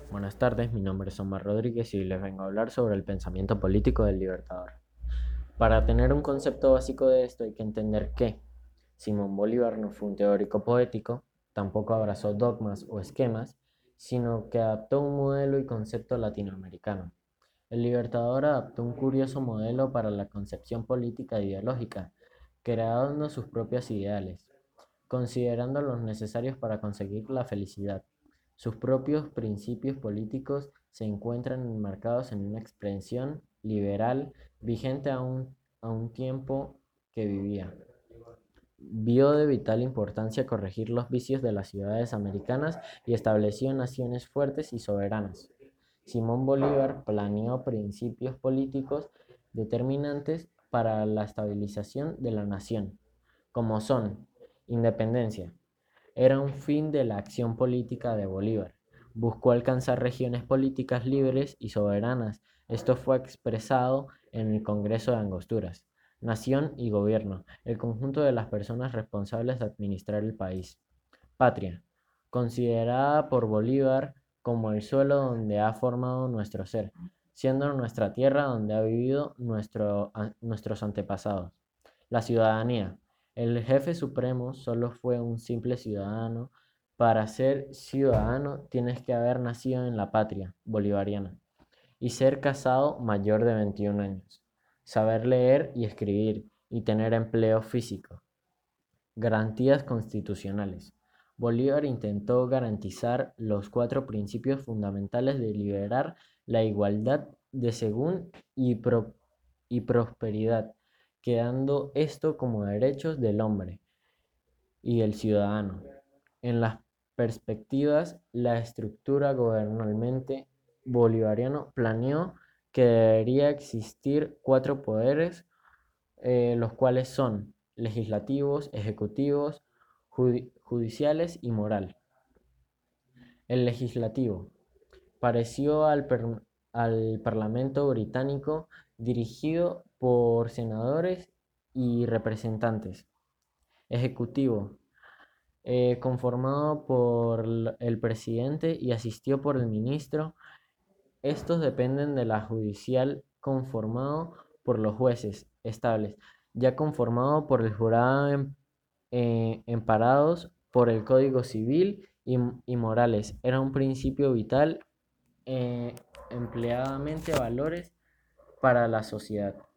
Buenas tardes, mi nombre es Omar Rodríguez y les vengo a hablar sobre el pensamiento político del Libertador. Para tener un concepto básico de esto hay que entender que Simón Bolívar no fue un teórico poético, tampoco abrazó dogmas o esquemas, sino que adaptó un modelo y concepto latinoamericano. El Libertador adaptó un curioso modelo para la concepción política e ideológica, creando sus propios ideales, considerando los necesarios para conseguir la felicidad. Sus propios principios políticos se encuentran enmarcados en una expresión liberal vigente a un tiempo que vivía. Vio de vital importancia corregir los vicios de las ciudades americanas y estableció naciones fuertes y soberanas. Simón Bolívar planeó principios políticos determinantes para la estabilización de la nación, como son independencia. Era un fin de la acción política de Bolívar. Buscó alcanzar regiones políticas libres y soberanas. Esto fue expresado en el Congreso de Angosturas. Nación y gobierno, el conjunto de las personas responsables de administrar el país. Patria, considerada por Bolívar como el suelo donde ha formado nuestro ser, siendo nuestra tierra donde ha vivido nuestros antepasados. La ciudadanía, el jefe supremo solo fue un simple ciudadano. Para ser ciudadano tienes que haber nacido en la patria bolivariana y ser casado mayor de 21 años, saber leer y escribir y tener empleo físico. Garantías constitucionales. Bolívar intentó garantizar los cuatro principios fundamentales de liberar la igualdad de según y prosperidad, quedando esto como derechos del hombre y el ciudadano. En las perspectivas, la estructura gubernamental bolivariano planeó que debería existir cuatro poderes, los cuales son legislativos, ejecutivos, judiciales y moral. El legislativo pareció al Parlamento británico dirigido por senadores y representantes. Ejecutivo, conformado por el presidente y asistido por el ministro. Estos dependen de la judicial conformado por los jueces estables, ya conformado por el jurado emparados por el Código Civil y Morales. Era un principio vital, empleadamente valores para la sociedad.